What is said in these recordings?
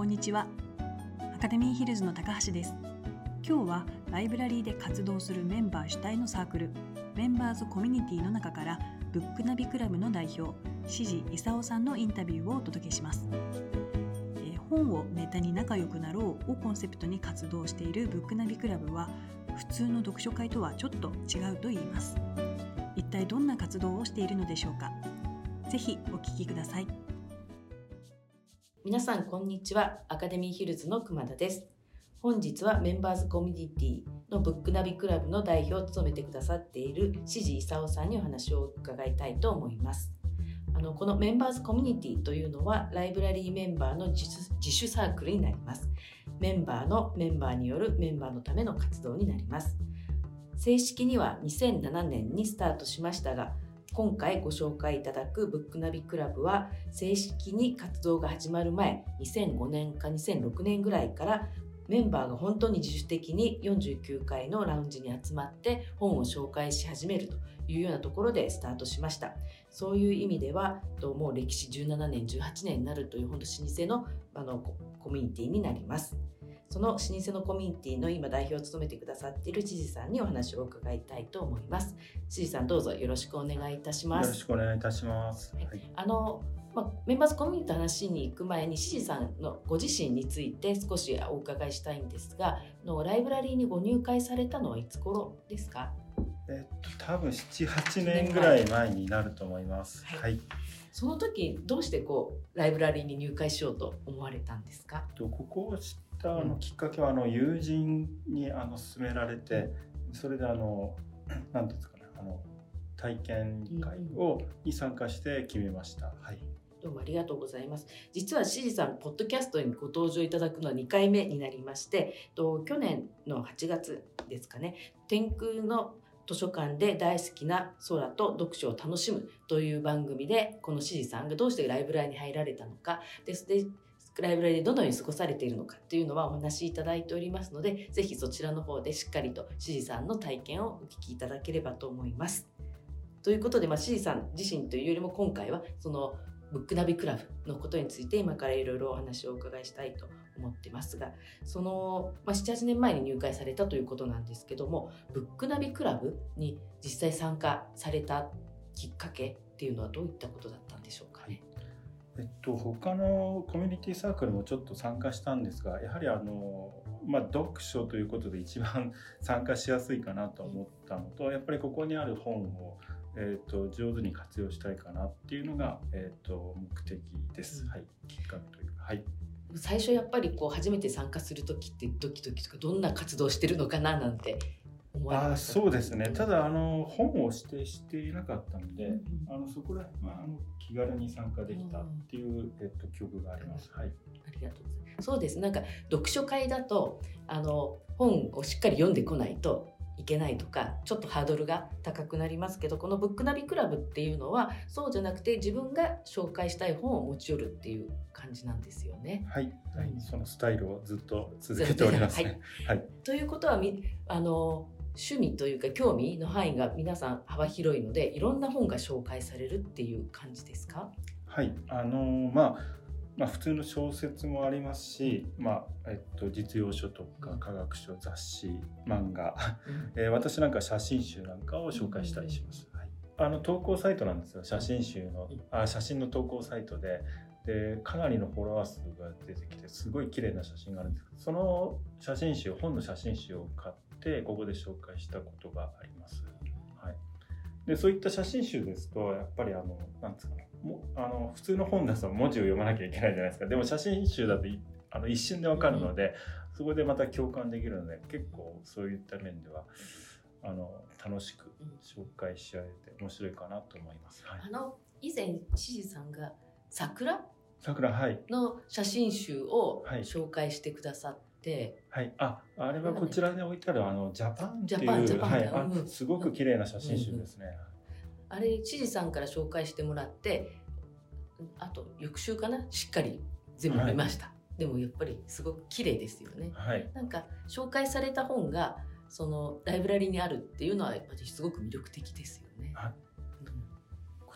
んにちは。アカデミーヒルズの高橋です。今日はライブラリーで活動するメンバー主体のサークル、メンバーズコミュニティの中からブックナビクラブの代表、志地勲さんのインタビューをお届けします。本をネタに仲良くなろうをコンセプトに活動しているブックナビクラブは、普通の読書会とはちょっと違うと言います。一体どんな活動をしているのでしょうか。ぜひお聞きください。 皆さんこんにちは。アカデミーヒルズの熊田です。本日はメンバーズコミュニティのブックナビクラブの代表を務めてくださっている志地勲さんにお話を伺いたいと思います。このメンバーズコミュニティというのはライブラリーメンバーの自主サークルになります。メンバーによるメンバーのための活動になります。正式には2007年にスタートしましたが、今回ご紹介いただくブックナビクラブは正式に活動が始まる前、2005年か2006年ぐらいからメンバーが本当に自主的に49階のラウンジに集まって本を紹介し始めるというようなところでスタートしました。そういう意味ではもう歴史17年18年になるという本当老舗のコミュニティになります。その老舗のコミュニティの今代表を務めてくださっている志地さんにお話を伺いたいと思います。志地さん、どうぞよろしくお願いいたします。 よろしくお願いいたします。はい、 メンバーズコミュニティの話に行く前に志地さんのご自身について少しお伺いしたいんですが、ライブラリーにご入会されたのはいつ頃ですか？ 多分 7,8 年ぐらい前になると思います。はい。 その時どうしてライブラリーに入会しようと思われたんですか？ ここを知ったきっかけは友人に勧められて、それで何ていうんですかね、体験会に参加して決めました。はい。 どうもありがとうございます。実は志地さん、ポッドキャストにご登場いただくのは2回目になりまして、去年の8月ですかね、天空の図書館で大好きな空と読書を楽しむという番組で、この志地さんがどうしてライブラリに入られたのか、でライブラリでどのように過ごされているのかというのはお話しいただいておりますので、ぜひそちらの方でしっかりと志地さんの体験をお聞きいただければと思います。ということで、志地さん自身というよりも今回はそのブックナビクラブのことについて今からいろいろお話をお伺いしたいと思ってますが、7,8 年前に入会されたということなんですけども、ブックナビクラブに実際参加されたきっかけっていうのはどういったことだったんでしょうかね？ 他のコミュニティサークルもちょっと参加したんですが、やはり読書ということで一番参加しやすいかなと思ったのと、やっぱりここにある本を上手に活用したいかなっていうのが、目的です。はい、きっかけというか、はい。 最初やっぱり初めて参加する時ってドキドキとか、どんな活動してるのかななんて思われました？ そうですね。ただ本を指定していなかったので、そこら気軽に参加できたっていう、記憶があります。はい。 ありがとうございます。そうです。読書会だと本をしっかり読んでこないといけないとか、ちょっとハードルが高くなりますけど、このブックナビクラブっていうのはそうじゃなくて、自分が紹介したい本を持ち寄るっていう感じなんですよね。 はい、はい、そのスタイルをずっと続けておりますね。はい。 ということは趣味というか興味の範囲が皆さん幅広いので、いろんな本が紹介されるっていう感じですか？ はい。普通の小説もありますし、実用書とか科学書、雑誌、漫画、私なんか写真集なんかを紹介したりします。はい、投稿サイトなんですよ。写真の投稿サイトで、かなりのフォロワー数が出てきて、すごい綺麗な写真があるんですけど、その本の写真集を買ってここで紹介したことがあります。はい。でそういった写真集ですと、やっぱりなんですかね、普通の本だと文字を読まなきゃいけないじゃないですか。でも写真集だと一瞬でわかるので、そこでまた共感できるので、結構そういった面では楽しく紹介し合えて面白いかなと思います。はい、 以前志地さんが桜の写真集を紹介してくださって、 はい、あれはこちらに置いてあるジャパンっていう、すごく綺麗な写真集ですね。 あれ志地さんから紹介してもらって、あと翌週かな、しっかり全部見ました。はい、でもやっぱりすごく綺麗ですよね。 はい、 紹介された本がそのライブラリにあるっていうのはやっぱりすごく魅力的ですよね。 こ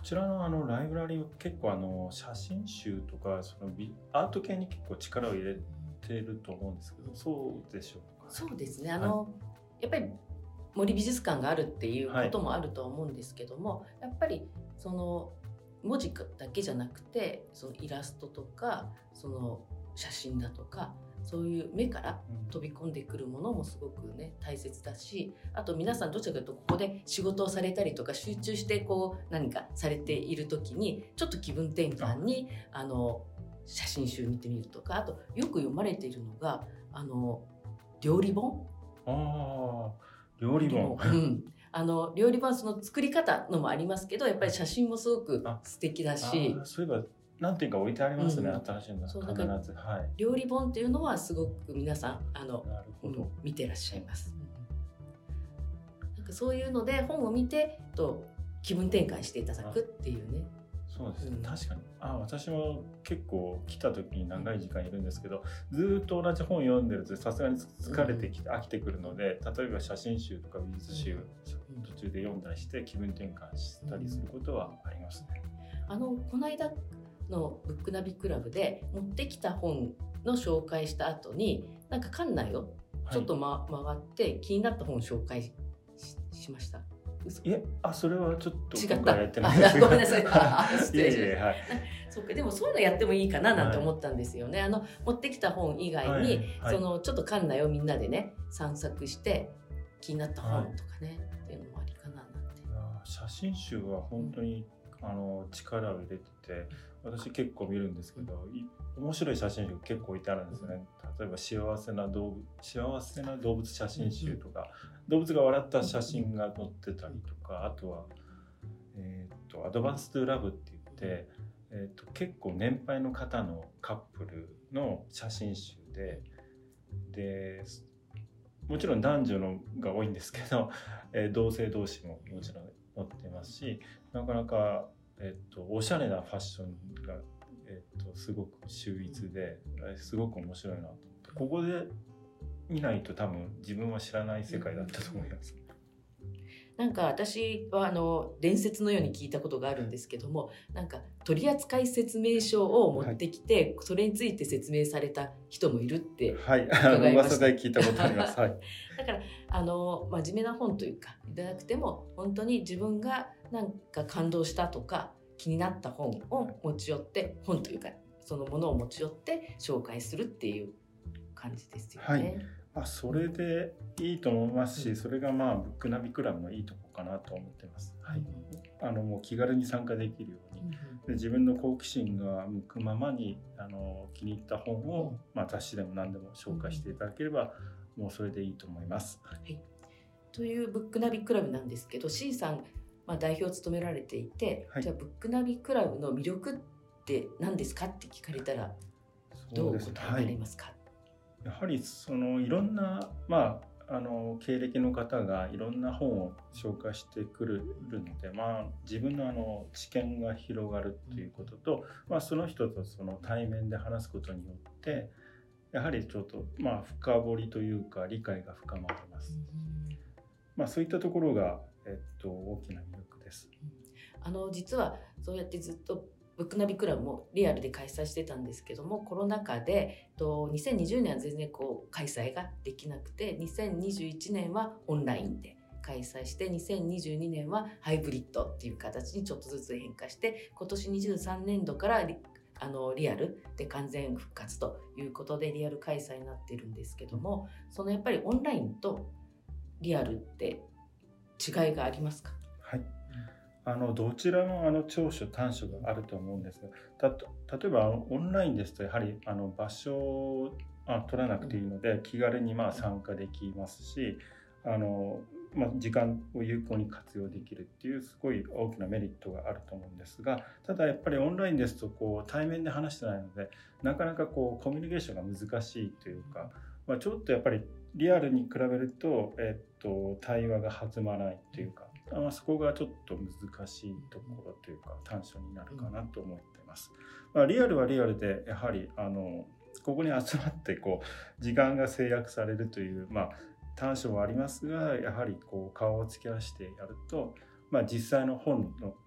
ちらのライブラリーは結構写真集とかアート系に結構力を入れてると思うんですけど、そうでしょうか。 そうですね。 はい、 やっぱり森美術館があるっていうこともあるとは思うんですけども、やっぱりその文字だけじゃなくて、そのイラストとかその写真だとか、そういう目から飛び込んでくるものもすごくね大切だし、あと皆さんどちらかというとここで仕事をされたりとか集中してこう何かされている時にちょっと気分転換に写真集見てみるとか、あとよく読まれているのが料理本。 料理本、 料理本その作り方のもありますけど、やっぱり写真もすごく素敵だし、 そういえば何点か置いてありますね、新しいのそう必ず、 料理本っていうのはすごく皆さんなるほど、 見てらっしゃいます。なんかそういうので本を見て気分転換していただくっていうね。 そうですね、確かに私も結構来た時に長い時間いるんですけど、ずっと同じ本読んでるとさすがに疲れてきて飽きてくるので、例えば写真集とか美術集、途中で読んだりして気分転換したりすることはありますね。 この間のブックナビクラブで持ってきた本の紹介した後になんか館内をちょっと、回って気になった本を紹介 しました。 それはちょっと違った。 やってないですごめんなさい。失礼しました。 はい、 そうか、でもそういうのやってもいいかななんて思ったんですよね。持ってきた本以外に、ちょっと館内をみんなでね散策して気になった本とかね、っていうのもありかななんて。 写真集は本当に、力を入れてて、私結構見るんですけど、面白い写真集結構置いてあるんですね。例えば幸せな動物写真集とか、動物が笑った写真が載ってたりとか、あとはアドバンストゥラブって言って、結構年配の方のカップルの写真集でもちろん男女のが多いんですけど、同性同士ももちろん載ってますし、なかなか、おしゃれなファッションが、すごく秀逸ですごく面白いなと思って、ここで見ないと多分自分は知らない世界だったと思います。 なんか私は伝説のように聞いたことがあるんですけども、なんか取扱説明書を持ってきて、それについて説明された人もいるって伺いました。 噂で聞いたことあります。だから真面目な本というかいただくても、本当に自分がなんか感動したとか気になった本を持ち寄って、本というかそのものを持ち寄って紹介するっていう感じですよね。 それでいいと思いますし、それがブックナビクラブのいいとこかなと思ってます。もう気軽に参加できるように、で自分の好奇心が向くままに気に入った本を、雑誌でも何でも紹介していただければ、もうそれでいいと思います。 というブックナビクラブなんですけど、 C さん、代表を務められていて、じゃあブックナビクラブの魅力って何ですかって聞かれたらどう答えられますか？ やはりいろんな、経歴の方がいろんな本を紹介してくるので、自分の知見が広がるということと、その人と対面で話すことによってやはりちょっと深掘りというか理解が深まります。そういったところが、大きな魅力です。 実はそうやってずっとブックナビクラブもリアルで開催してたんですけども、コロナ禍で2020年は全然開催ができなくて、2021年はオンラインで開催して、2022年はハイブリッドっていう形にちょっとずつ変化して、今年23年度からリアルで完全復活ということでリアル開催になってるんですけども、やっぱりオンラインとリアルって違いがありますか？ どちらも長所短所があると思うんですが、例えばオンラインですとやはり場所を取らなくていいので気軽に参加できますし、時間を有効に活用できるっていうすごい大きなメリットがあると思うんですが、ただやっぱりオンラインですと対面で話してないのでなかなかコミュニケーションが難しいというか、ちょっとやっぱりリアルに比べると、対話が弾まないというか、そこがちょっと難しいところというか短所になるかなと思っています。リアルはリアルでやはりここに集まって時間が制約されるという短所はありますが、やはり顔を突き合わせてやると、実際の本の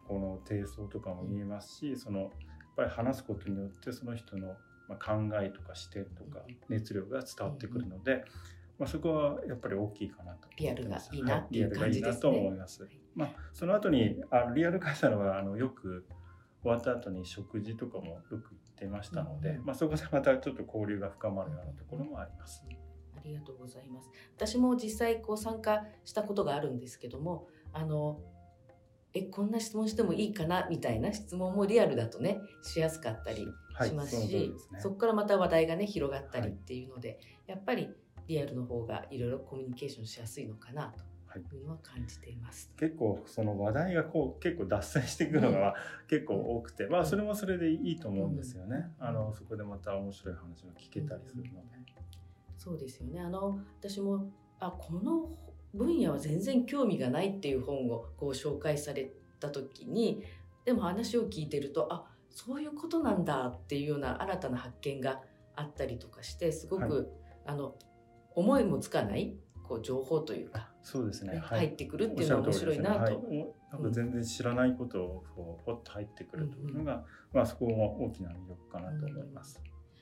この低層とかも見えますし、そのやっぱり話すことによってその人の考えとか視点とか熱量が伝わってくるので、そこはやっぱり大きいかなと。 リアルがいいなっていう感じですね。 リアルがいいなと思います。その後にリアル開催のはよく終わった後に食事とかもよく行ってましたので、そこでまたちょっと交流が深まるようなところもあります。 ありがとうございます。私も実際参加したことがあるんですけども、こんな質問してもいいかなみたいな質問もリアルだとねしやすかったりしますし、そこからまた話題がね広がったりっていうので、やっぱりリアルの方がいろいろコミュニケーションしやすいのかなというのは感じています。 結構その話題が結構脱線していくのが結構多くて、それもそれでいいと思うんですよね。そこでまた面白い話が聞けたりするので。 そうですよね。私もこの分野は全然興味がないっていう本を紹介された時に、でも話を聞いてるとそういうことなんだっていうような新たな発見があったりとかして、すごく、思いもつかない情報というか、 そうですね、 入ってくるっていうのは面白いなと。 なんか全然知らないことをポッと入ってくるというのが、そこも大きな魅力かなと思います。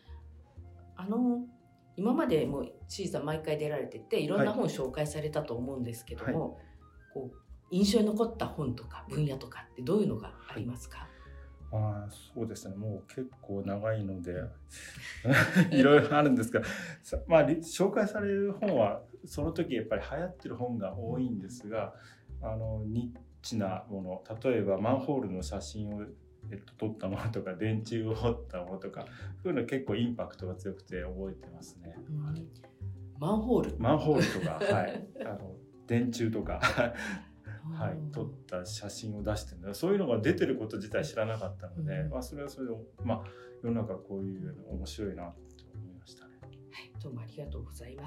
今までもシーさん毎回出られてていろんな本紹介されたと思うんですけども、印象に残った本とか分野とかってどういうのがありますか？ そうですね、もう結構長いのでいろいろあるんですが、紹介される本はその時やっぱり流行ってる本が多いんですが、ニッチなもの、例えばマンホールの写真を撮ったものとか電柱を彫ったものとか、そういうの結構インパクトが強くて覚えてますね。 マンホールとか、電柱とか撮った写真を出してる、そういうのが出てること自体知らなかったので、それはそれで世の中こういうの面白いなと思いましたね。 どうもありがとうございます。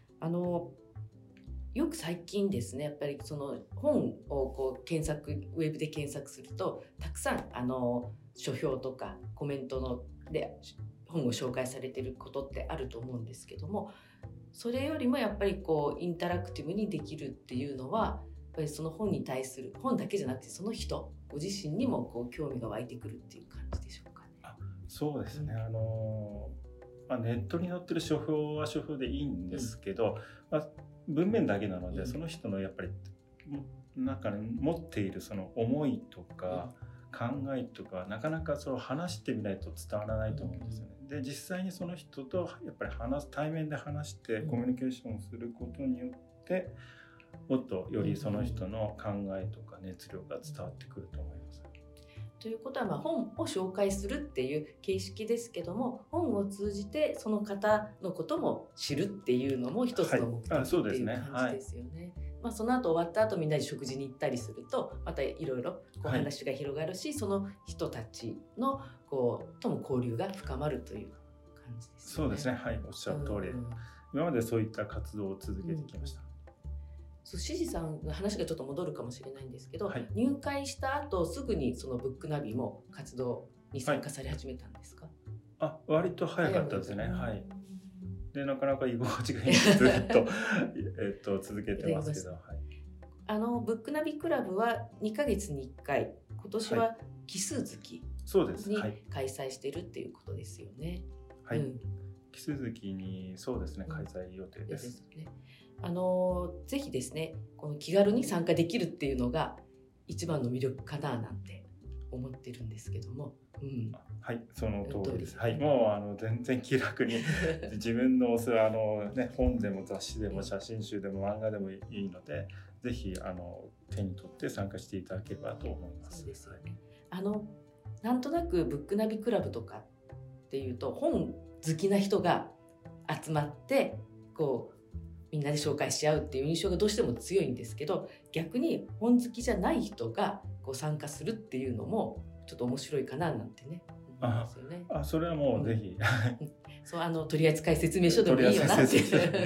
よく最近ですね、やっぱりその本をウェブで検索するとたくさん書評とかコメントで本を紹介されていることってあると思うんですけども、それよりもやっぱりインタラクティブにできるっていうのは、やっぱりその本に対する、本だけじゃなくてその人ご自身にも興味が湧いてくるっていう感じでしょうかね。 そうですね、ネットに載ってる書評は書評でいいんですけど、文面だけなので、その人のやっぱり中に持っているその思いとか考えとか、なかなかそれを話してみないと伝わらないと思うんですよね。で、実際にその人とやっぱり対面で話してコミュニケーションすることによって、もっとよりその人の考えとか熱量が伝わってくると思います。 ということは、本を紹介するっていう形式ですけども、本を通じてその方のことも知るっていうのも一つの目的っていう感じですよね。その後終わった後みんなで食事に行ったりするとまたいろいろ話が広がるし、その人たちのとも交流が深まるという感じですね。 そうですね、おっしゃる通り、今までそういった活動を続けてきました。 シジさんの話がちょっと戻るかもしれないんですけど、入会した後すぐにそのブックナビも活動に参加され始めたんですか？ 割と早かったですね。で、なかなか居心地がいいのでずっと続けてますけど、 ブックナビクラブは2ヶ月に1回、今年は奇数月に開催してるっていうことですよね。 奇数月にそうですね、開催予定です。 ぜひですね、この気軽に参加できるっていうのが一番の魅力かななんて思ってるんですけども、 その通りです。もう全然気楽に自分の本でも雑誌でも写真集でも漫画でもいいので、ぜひ手に取って参加していただければと思います。 そうですよね。なんとなくブックナビクラブとかっていうと本好きな人が集まってみんなで紹介し合うっていう印象がどうしても強いんですけど、逆に本好きじゃない人が参加するっていうのもちょっと面白いかななんてね思いますよね。 それはもうぜひ、 取扱説明書でもいいよなって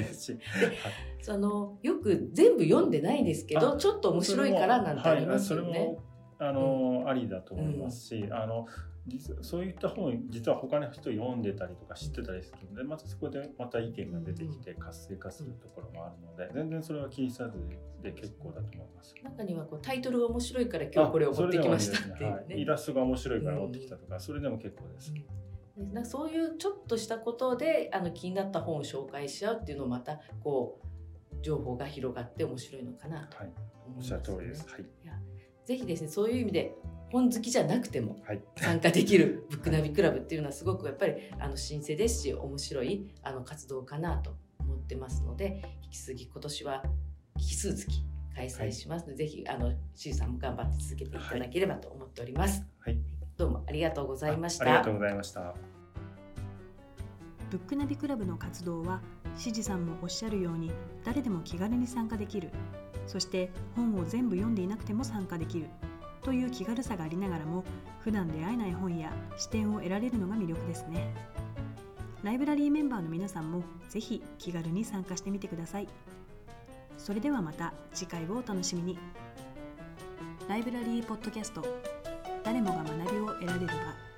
よく全部読んでないですけどちょっと面白いからなんてありますよね。 それもありだと思いますし、 そういった本実は他の人読んでたりとか知ってたりするので、またそこでまた意見が出てきて活性化するところもあるので、全然それは気にせずで結構だと思います。 中にはタイトルが面白いから今日これを持ってきましたっていうね。 イラストが面白いから持ってきたとか、それでも結構です。 なんかそういうちょっとしたことで気になった本を紹介し合うっていうのをまた情報が広がって面白いのかなと思いますね。 おっしゃる通りです。はい。 ぜひですね、そういう意味で本好きじゃなくても参加できるブックナビクラブっていうのはすごくやっぱり新鮮ですし面白い活動かなと思ってますので、引き続き今年は奇数月開催しますので、ぜひしゅうさんも頑張って続けていただければと思っております。はい、どうもありがとうございました。 ありがとうございました。 ブックナビクラブの活動は、しじさんもおっしゃるように誰でも気軽に参加できる、そして本を全部読んでいなくても参加できるという気軽さがありながらも、普段出会えない本や視点を得られるのが魅力ですね。ライブラリーメンバーの皆さんもぜひ気軽に参加してみてください。それではまた次回をお楽しみに。ライブラリーポッドキャスト、誰もが学びを得られる場。